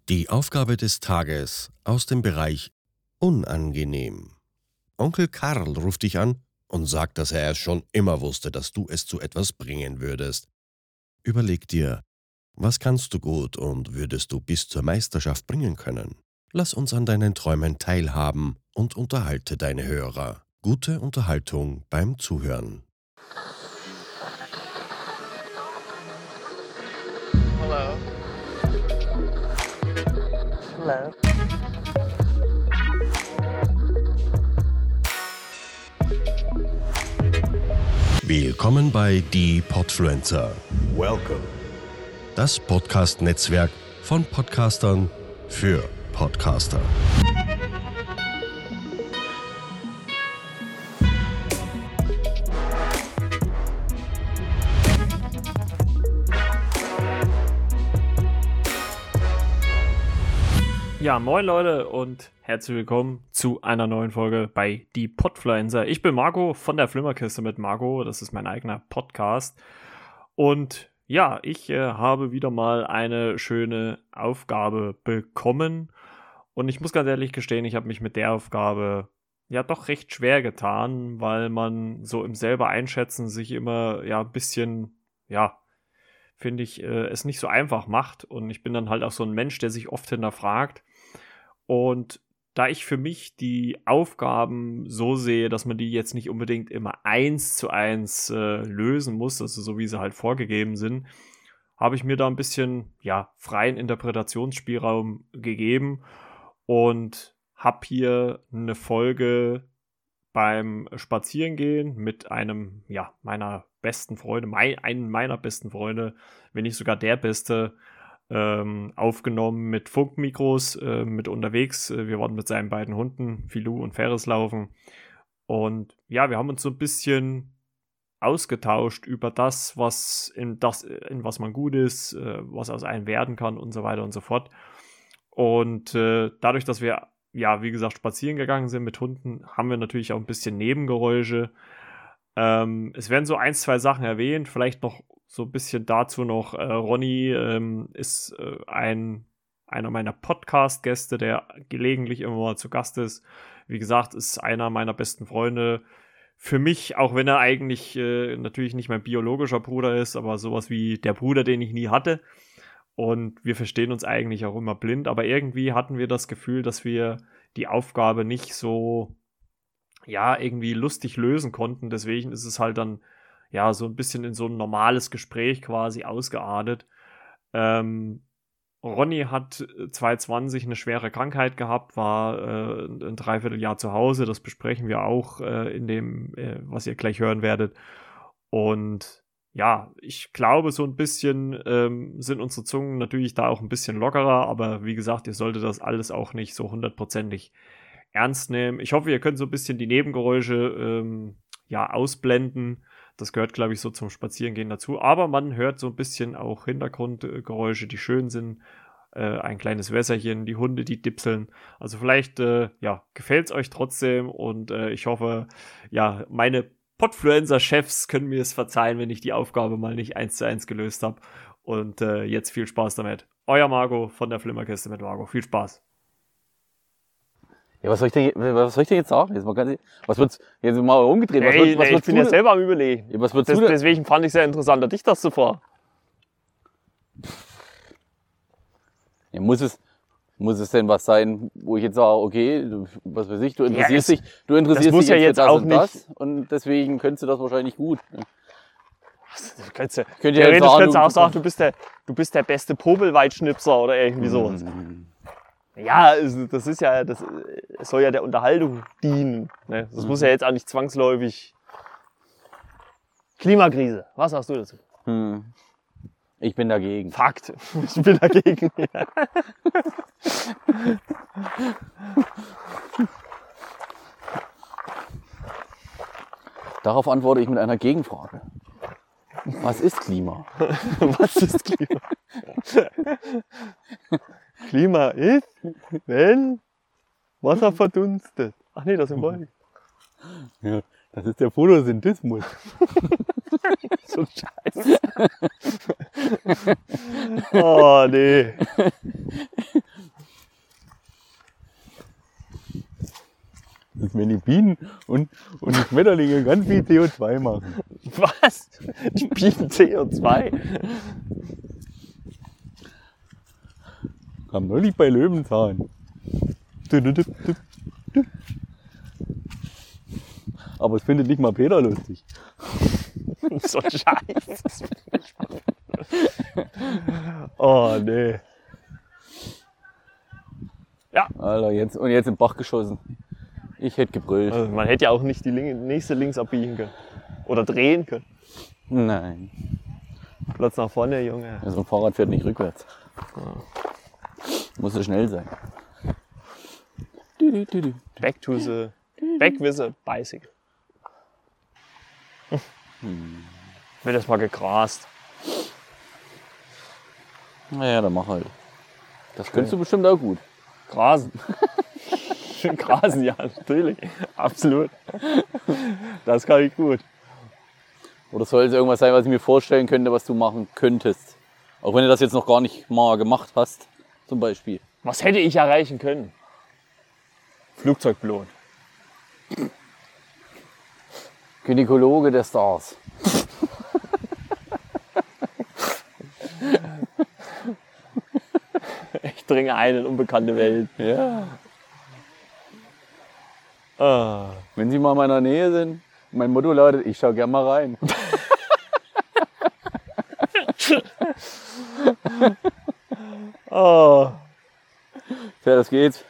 Die Aufgabe des Tages aus dem Bereich unangenehm. Onkel Karl ruft dich an und sagt, dass er es schon immer wusste, dass du es zu etwas bringen würdest. Überleg dir, was kannst du gut und würdest du bis zur Meisterschaft bringen können? Lass uns an deinen Träumen teilhaben und unterhalte deine Hörer. Gute Unterhaltung beim Zuhören. Hello. Hello. Willkommen bei Die Podfluencer. Welcome. Das Podcast-Netzwerk von Podcastern für Podcaster. Ja, moin Leute und herzlich willkommen zu einer neuen Folge bei Die Podfluencer. Ich bin Marco von der Flimmerkiste mit Marco, das ist mein eigener Podcast. Und ja, ich habe wieder mal eine schöne Aufgabe bekommen. Und ich muss ganz ehrlich gestehen, ich habe mich mit der Aufgabe ja doch recht schwer getan, weil man so im selber Einschätzen sich immer ja ein bisschen, ja, finde ich, es nicht so einfach macht. Und ich bin dann halt auch so ein Mensch, der sich oft hinterfragt. Und da ich für mich die Aufgaben so sehe, dass man die jetzt nicht unbedingt immer 1:1 lösen muss, also so wie sie halt vorgegeben sind, habe ich mir da ein bisschen ja, freien Interpretationsspielraum gegeben und habe hier eine Folge beim Spazierengehen mit einem ja, meiner besten Freunde, einen meiner besten Freunde, wenn nicht sogar der beste, aufgenommen mit Funkmikros, mit unterwegs. Wir waren mit seinen beiden Hunden, Filou und Ferris, laufen. Und ja, wir haben uns so ein bisschen ausgetauscht über das, in was man gut ist, was aus einem werden kann und so weiter und so fort. Und dadurch, dass wir, ja, wie gesagt, spazieren gegangen sind mit Hunden, haben wir natürlich auch ein bisschen Nebengeräusche. Es werden so 1, 2 Sachen erwähnt, vielleicht noch so ein bisschen dazu noch, Ronny ist einer meiner Podcast-Gäste, der gelegentlich immer mal zu Gast ist. Wie gesagt, ist einer meiner besten Freunde. Für mich, auch wenn er eigentlich natürlich nicht mein biologischer Bruder ist, aber sowas wie der Bruder, den ich nie hatte. Und wir verstehen uns eigentlich auch immer blind, aber irgendwie hatten wir das Gefühl, dass wir die Aufgabe nicht so, ja, irgendwie lustig lösen konnten. Deswegen ist es halt dann ja, so ein bisschen in so ein normales Gespräch quasi ausgeartet. Ronny hat 2020 eine schwere Krankheit gehabt, war ein Dreivierteljahr zu Hause. Das besprechen wir auch in dem, was ihr gleich hören werdet. Und ja, ich glaube, so ein bisschen sind unsere Zungen natürlich da auch ein bisschen lockerer. Aber wie gesagt, ihr solltet das alles auch nicht so 100%ig ernst nehmen. Ich hoffe, ihr könnt so ein bisschen die Nebengeräusche ja, ausblenden. Das gehört, glaube ich, so zum Spazierengehen dazu. Aber man hört so ein bisschen auch Hintergrundgeräusche, die schön sind. Ein kleines Wässerchen, die Hunde, die dipseln. Also vielleicht, ja, gefällt es euch trotzdem. Und ich hoffe, ja, meine Podfluencer-Chefs können mir es verzeihen, wenn ich die Aufgabe mal nicht 1:1 gelöst habe. Und jetzt viel Spaß damit. Euer Marco von der Flimmerkiste mit Marco. Viel Spaß. Ja, was soll ich denn jetzt sagen? Was wird's jetzt mal umgedreht? Ich bin ja selber am Überlegen. Ja, deswegen fand ich es sehr interessant, dich das zu fragen. Ja, muss es denn was sein, wo ich jetzt sage, okay, was weiß ich, du interessierst dich muss ja jetzt für das auch und das und deswegen könntest du das wahrscheinlich gut. Könntest du auch sagen, du bist der beste Popelweitschnipser oder irgendwie sowas. Ja, das soll ja der Unterhaltung dienen. Ne? Das muss ja jetzt auch nicht zwangsläufig. Klimakrise, was sagst du dazu? Ich bin dagegen. Fakt, ich bin dagegen. Ja. Darauf antworte ich mit einer Gegenfrage. Was ist Klima? Was ist Klima? Klima ist, wenn Wasser verdunstet. Ach nee, das sind Wolken. Ja, das ist der Photosynthetismus. So ein Scheiß. Oh, nee. wenn die Bienen und die Schmetterlinge ganz viel CO2 machen. Was? Die bieten CO2? Kam neulich bei Löwenzahn. Aber es findet nicht mal Peter lustig. So ein Scheiß. Oh, nee. Ja. Alter, jetzt im Bach geschossen. Ich hätte gebrüllt. Also man hätte ja auch nicht die nächste links abbiegen können. Oder drehen können. Nein. Platz nach vorne, Junge. Also ein Fahrrad fährt nicht rückwärts. Muss so schnell sein. Back with the bicycle. Wird das mal gegrast. Naja, dann mach halt. Das könntest du bestimmt auch gut. Grasen. Grasen, ja, natürlich. Absolut. Das kann ich gut. Oder soll es irgendwas sein, was ich mir vorstellen könnte, was du machen könntest? Auch wenn du das jetzt noch gar nicht mal gemacht hast, zum Beispiel. Was hätte ich erreichen können? Flugzeugpilot. Gynäkologe der Stars. Ich dringe ein in unbekannte Welt. Ja. Ah. Wenn Sie mal in meiner Nähe sind, mein Motto lautet, ich schau gern mal rein. Oh. Ja, das geht.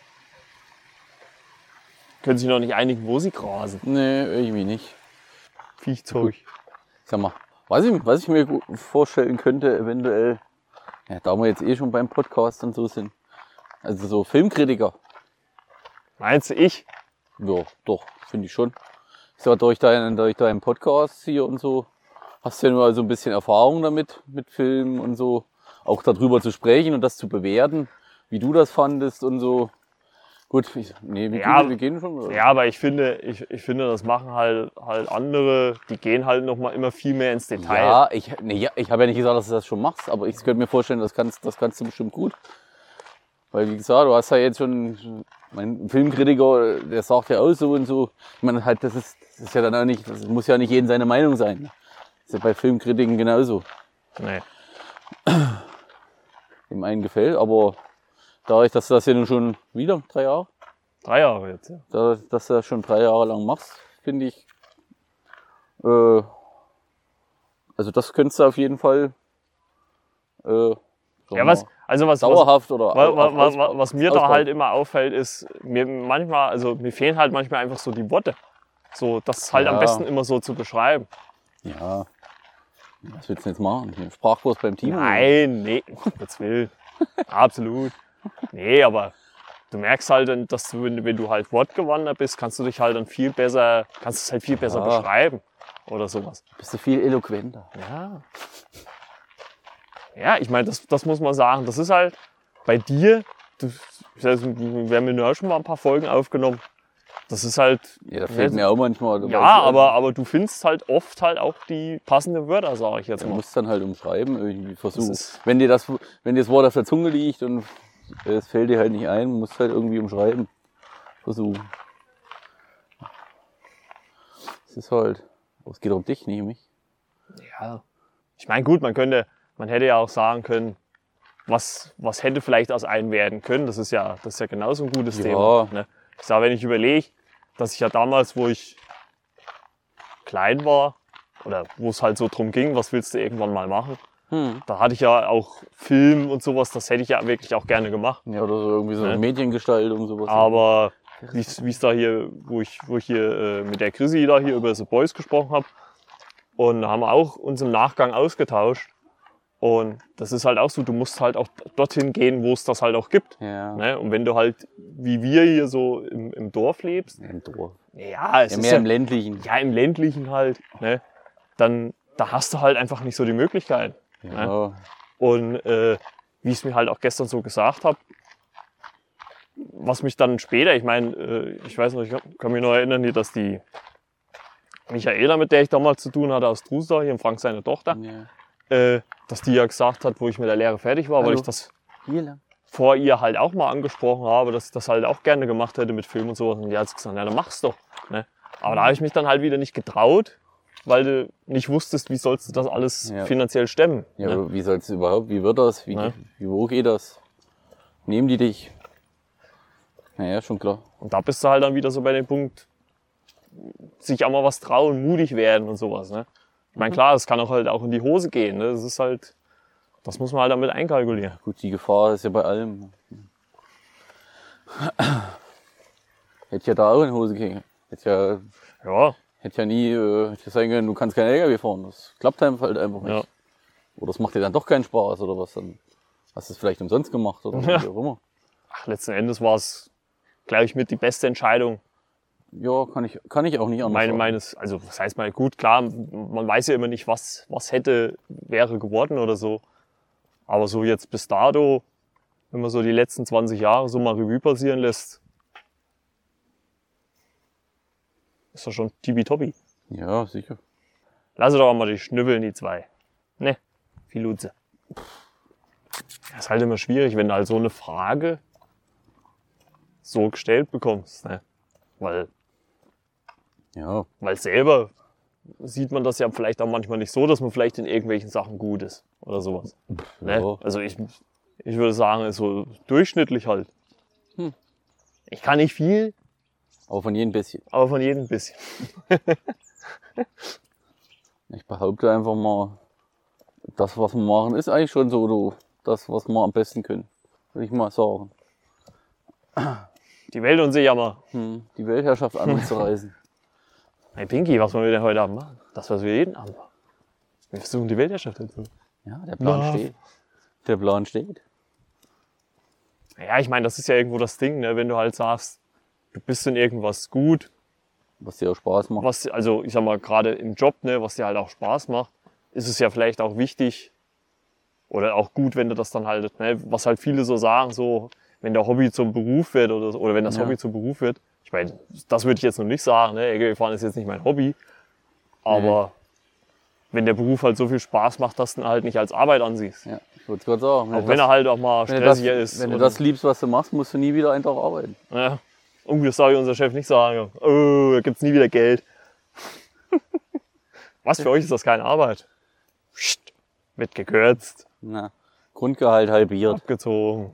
Können Sie noch nicht einigen, wo Sie grasen? Nee, irgendwie nicht. Viechzeug. Sag mal, was ich mir gut vorstellen könnte, eventuell, ja, da wir jetzt eh schon beim Podcast und so sind, also so Filmkritiker. Meinst du ich? Ja, doch, finde ich schon. Ich sag, durch deinen Podcast hier und so, hast du ja nur so ein bisschen Erfahrung damit, mit Filmen und so, auch darüber zu sprechen und das zu bewerten, wie du das fandest und so. Gut, wir gehen schon. Oder? Ja, aber ich finde, das machen halt andere, die gehen halt noch mal immer viel mehr ins Detail. Ja, ich habe ja nicht gesagt, dass du das schon machst, aber ich könnte mir vorstellen, das kannst du bestimmt gut. Weil, wie gesagt, du hast ja jetzt schon, mein Filmkritiker, der sagt ja auch so und so. Ich meine, halt, das ist ja dann auch nicht, das muss ja nicht jedem seine Meinung sein. Das ist ja bei Filmkritiken genauso. Nee. Dem einen gefällt, aber dadurch, dass du das ja nun schon wieder 3 Jahre? 3 Jahre jetzt, ja. Dadurch, dass du das schon 3 Jahre lang machst, finde ich, also das könntest du auf jeden Fall ja, was dauerhaft oder was mir da halt immer auffällt, ist, mir fehlen halt manchmal einfach so die Worte. So, das halt am besten immer so zu beschreiben. Ja. Was willst du jetzt machen? Einen Sprachkurs beim Team? Nein, nee, Gottes Willen. Absolut. Nee, aber du merkst halt, dass du, wenn du halt wortgewandert bist, kannst du es halt viel besser beschreiben. Oder sowas. Bist du viel eloquenter. Ja. Ja, ich meine, das muss man sagen. Das ist halt bei dir, wir haben ja schon mal ein paar Folgen aufgenommen. Das ist halt. Ja, da fehlt mir auch manchmal. Ja, aber du findest halt oft halt auch die passenden Wörter, sage ich jetzt mal. Du musst dann halt umschreiben, irgendwie versuchen. Wenn dir das Wort auf der Zunge liegt und es fällt dir halt nicht ein, musst du halt irgendwie umschreiben. Versuchen. Es ist halt. Es geht um dich, nicht um mich. Ja. Ich meine, gut, man hätte ja auch sagen können, was hätte vielleicht aus einem werden können. Das ist ja genauso ein gutes Thema. Ne? Ich sage, wenn ich überlege, dass ich ja damals, wo ich klein war, oder wo es halt so drum ging, was willst du irgendwann mal machen, da hatte ich ja auch Film und sowas, das hätte ich ja wirklich auch gerne gemacht. Ja, oder so irgendwie so eine Mediengestaltung, sowas. Aber wie es da hier, wo ich hier mit der Chrissy da hier über The Boys gesprochen habe, und haben auch uns im Nachgang ausgetauscht. Und das ist halt auch so, du musst halt auch dorthin gehen, wo es das halt auch gibt. Ja. Ne? Und wenn du halt, wie wir hier so im Dorf lebst. Im Dorf. Ja, es ist mehr im ländlichen. Ja, im ländlichen halt. Ne? Dann, da hast du halt einfach nicht so die Möglichkeit. Ja. Ne? Und wie ich es mir halt auch gestern so gesagt habe, was mich dann später, ich meine, ich weiß noch, ich kann mich noch erinnern, dass die Michaela, mit der ich damals zu tun hatte, aus Trusdorf, hier, Frank seine Tochter, dass die ja gesagt hat, wo ich mit der Lehre fertig war, weil ich das... Hier lang. vor ihr halt auch mal angesprochen habe, dass ich das halt auch gerne gemacht hätte mit Film und sowas. Und die hat gesagt, ja, dann mach's doch. Ne? Aber da habe ich mich dann halt wieder nicht getraut, weil du nicht wusstest, wie sollst du das alles finanziell stemmen. Ja, ne? aber wie sollst du überhaupt, wie wird das, wo geht das? Nehmen die dich? Naja, schon klar. Und da bist du halt dann wieder so bei dem Punkt, sich auch mal was trauen, mutig werden und sowas. Ne? Ich meine, klar, es kann auch halt auch in die Hose gehen. Ne? Das ist halt, das muss man halt damit einkalkulieren. Gut, die Gefahr ist ja bei allem. Hätte ja da auch in die Hose gehen. Hätte ja nie hätte sagen können, du kannst kein LKW fahren. Das klappt halt einfach nicht. Ja. Oder das macht dir dann doch keinen Spaß oder was dann. Hast du es vielleicht umsonst gemacht oder wie auch immer. Ach, letzten Endes war es, glaube ich, mit die beste Entscheidung. Ja, kann ich auch nicht anders sagen. Also was heißt mal, gut, klar, man weiß ja immer nicht, was wäre geworden oder so. Aber so jetzt bis dato, wenn man so die letzten 20 Jahre so mal Revue passieren lässt, ist das schon tippitoppi. Ja, sicher. Lass doch mal die schnüffeln, die zwei. Ne, viel Luze. Das ist halt immer schwierig, wenn du halt so eine Frage so gestellt bekommst. Ne? Weil selber sieht man das ja vielleicht auch manchmal nicht so, dass man vielleicht in irgendwelchen Sachen gut ist oder sowas. Ja. Ne? Also ich würde sagen, ist so durchschnittlich halt. Ich kann nicht viel, Aber von jedem bisschen. aber von jedem ein bisschen. Ich behaupte einfach mal, das, was wir machen, ist eigentlich schon so das, was wir am besten können. Würde ich mal sagen. Die Welt und sich jammer. Die Weltherrschaft an uns zu reißen. Hey Pinky, was wollen wir denn heute Abend machen? Das, was wir jeden Abend machen. Wir versuchen die Weltherrschaft zu. Ja, der Plan steht. Der Plan steht. Ja, ich meine, das ist ja irgendwo das Ding, ne? Wenn du halt sagst, du bist in irgendwas gut, Was dir auch Spaß macht. also ich sag mal, gerade im Job, ne, was dir halt auch Spaß macht, ist es ja vielleicht auch wichtig oder auch gut, wenn du das dann halt, ne, was halt viele so sagen, so, wenn der Hobby zum Beruf wird oder wenn das Hobby zum Beruf wird. Ich meine, das würde ich jetzt noch nicht sagen, ne, LKW-Fahren ist jetzt nicht mein Hobby, aber wenn der Beruf halt so viel Spaß macht, dass du ihn halt nicht als Arbeit ansiehst. Ja, ich würde es gerade sagen. Auch wenn er halt auch mal stressiger ist. Wenn du das liebst, was du machst, musst du nie wieder einen Tag arbeiten. Ja. Und das soll unser Chef nicht sagen. Oh, da gibt's nie wieder Geld. Was, für euch ist das keine Arbeit? Psst, wird gekürzt, Na, Grundgehalt halbiert. abgezogen.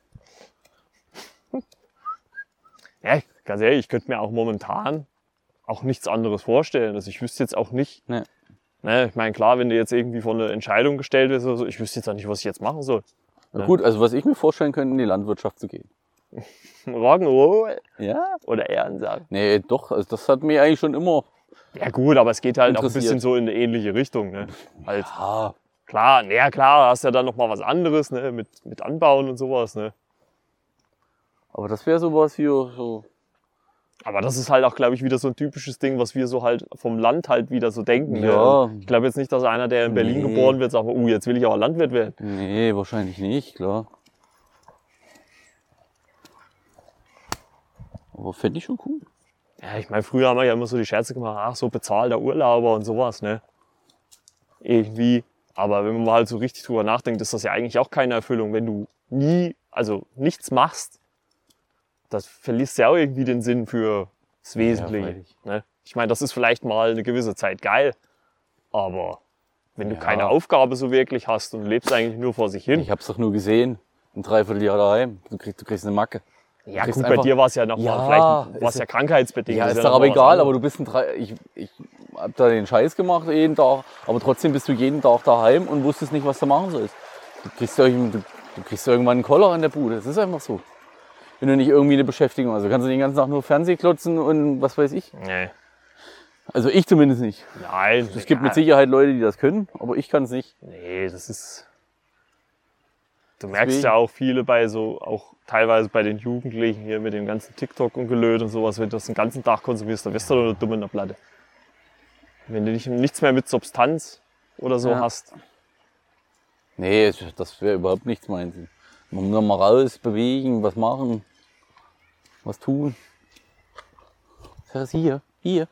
Ja, ganz ehrlich, ich könnte mir auch momentan auch nichts anderes vorstellen. Also ich wüsste jetzt auch nicht, Nee. ne, ich meine, klar, wenn du jetzt irgendwie vor eine Entscheidung gestellt wirst oder so, ich wüsste jetzt auch nicht, was ich jetzt machen soll. Na gut, also was ich mir vorstellen könnte, in die Landwirtschaft zu gehen. Rock'n'Roll Ja? oder Ehrensagen. Nee, doch, also das hat mich eigentlich schon immer. Ja gut, aber es geht halt auch ein Interessiert. bisschen so in eine ähnliche Richtung. Ne? Halt, Ah, klar, naja, klar, hast ja dann noch mal was anderes, ne? mit Anbauen und sowas. Ne? aber das wäre sowas wie so. Aber das ist halt auch, glaube ich, wieder so ein typisches Ding, was wir so halt vom Land halt wieder so denken. Ne? Ja. Also ich glaube jetzt nicht, dass einer, der in Berlin geboren wird, sagt, jetzt will ich aber Landwirt werden. Nee, wahrscheinlich nicht, klar. Aber fände ich schon cool. Ja, ich meine, früher haben wir ja immer so die Scherze gemacht, ach, so bezahlter Urlauber und sowas, ne? Irgendwie. Aber wenn man mal halt so richtig drüber nachdenkt, ist das ja eigentlich auch keine Erfüllung, wenn du nichts machst. Das verlierst ja auch irgendwie den Sinn für das Wesentliche. freilich. Ne? Ich meine, das ist vielleicht mal eine gewisse Zeit geil, aber wenn du Ja. keine Aufgabe so wirklich hast und lebst eigentlich nur vor sich hin. Ich hab's doch nur gesehen. Ein Dreivierteljahr daheim. Du kriegst eine Macke. Ja kriegst gut, bei einfach- dir war es ja noch Ja, mal, vielleicht war es ist ja krankheitsbedingt. Ja, das ist ja doch noch aber mal was egal, anderes. aber du bist ich hab da den Scheiß gemacht jeden Tag, aber trotzdem bist du jeden Tag daheim und wusstest nicht, was du machen sollst. Du kriegst irgendwann einen Koller in der Bude, das ist einfach so. Wenn du nicht irgendwie eine Beschäftigung hast. Also kannst du den ganzen Tag nur Fernseh klotzen und was weiß ich. Nee. Also ich zumindest nicht. Nein. Es gibt mit Sicherheit Leute, die das können, aber ich kann es nicht. Nee, das ist. Du merkst Deswegen. ja auch viele auch teilweise bei den Jugendlichen hier mit dem ganzen TikTok und Gelöt und sowas, wenn du das den ganzen Tag konsumierst, dann wirst du doch nur dumm in der Platte. Wenn du nichts mehr mit Substanz oder so Ja. hast. Nee, das wäre überhaupt nichts meins. Man muss mal raus, bewegen, was machen, was tun. Das ist hier.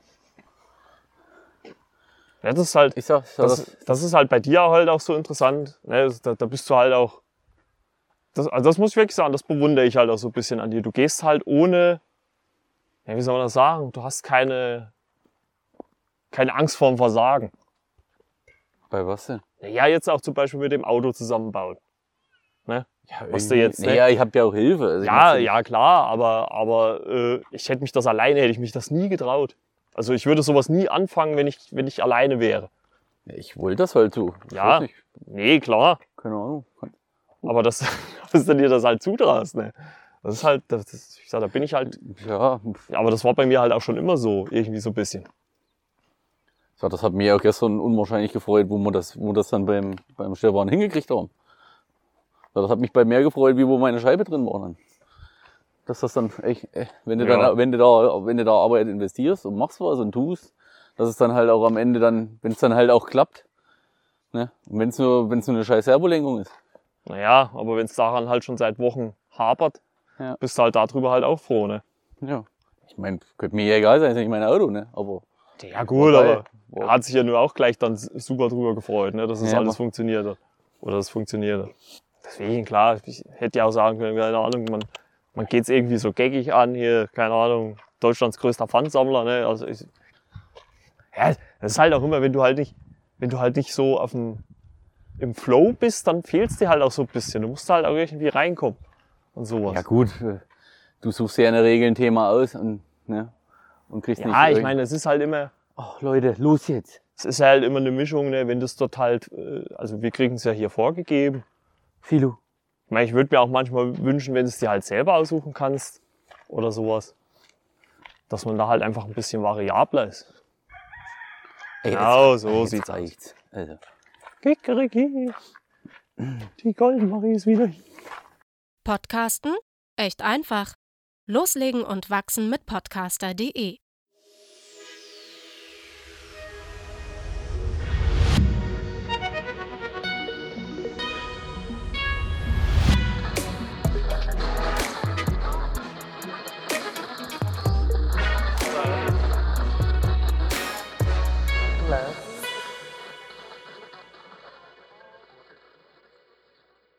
Ja, das ist halt, Ich sag das ist halt bei dir halt auch so interessant. Ne? Da bist du halt auch, das muss ich wirklich sagen, das bewundere ich halt auch so ein bisschen an dir. Du gehst halt ohne, ja, wie soll man das sagen, du hast keine Angst vorm Versagen. Bei was denn? Ja, jetzt auch zum Beispiel mit dem Auto zusammenbauen. Ne? Ja, Was du jetzt, ne? Ja, ich habe ja auch Hilfe. Also Ja, klar, aber hätte ich mich das nie getraut. Also ich würde sowas nie anfangen, wenn ich alleine wäre. Ich wollte das halt so. Ich Ja, weiß nicht. nee, klar. Keine Ahnung. Aber dass du dir das halt zutraust, ne? Das ist halt, ich sag, da bin ich halt. Ja, Aber das war bei mir halt auch schon immer so, irgendwie so ein bisschen. so, das hat mich auch gestern unwahrscheinlich gefreut, wo wir das dann beim Stefan hingekriegt haben. Ja, das hat mich bei mehr gefreut, wie wo meine Scheibe drin war dann. Dass das dann echt, wenn du da Arbeit investierst und machst was und tust, dass es dann halt auch am Ende dann, wenn es dann halt auch klappt, ne? Und wenn es nur eine scheiß Servolenkung ist. Naja, aber wenn es daran halt schon seit Wochen hapert, Ja. bist du halt darüber halt auch froh, ne? Ja. Ich meine, könnte mir ja egal sein, ist nicht mein Auto, ne? Aber. Ja gut, aber Wow. er hat sich ja nur auch gleich dann super drüber gefreut, ne? Dass das Ja, alles funktionierte. Oder das funktionierte. Deswegen, klar, ich hätte ja auch sagen können, keine Ahnung, man geht es irgendwie so geckig an, hier, keine Ahnung, Deutschlands größter Pfandsammler, ne? Also ja, das ist halt auch immer, wenn du halt nicht so im Flow bist, dann fehlt es dir halt auch so ein bisschen. Du musst halt auch irgendwie reinkommen und sowas. Ja gut, du suchst ja in der Regel ein Thema aus und kriegst nicht. Ja, ich meine, es ist halt immer, Ach Leute, los jetzt. es ist halt immer eine Mischung, ne? Wenn das dort halt, also wir kriegen es ja hier vorgegeben. Philo. Ich meine, ich würde mir auch manchmal wünschen, wenn du es dir halt selber aussuchen kannst oder sowas, dass man da halt einfach ein bisschen variabler ist. Genau, so sieht's aus. Also. Kikeriki. Die Goldmarie ist wieder hier. Podcasten? Echt einfach. Loslegen und wachsen mit podcaster.de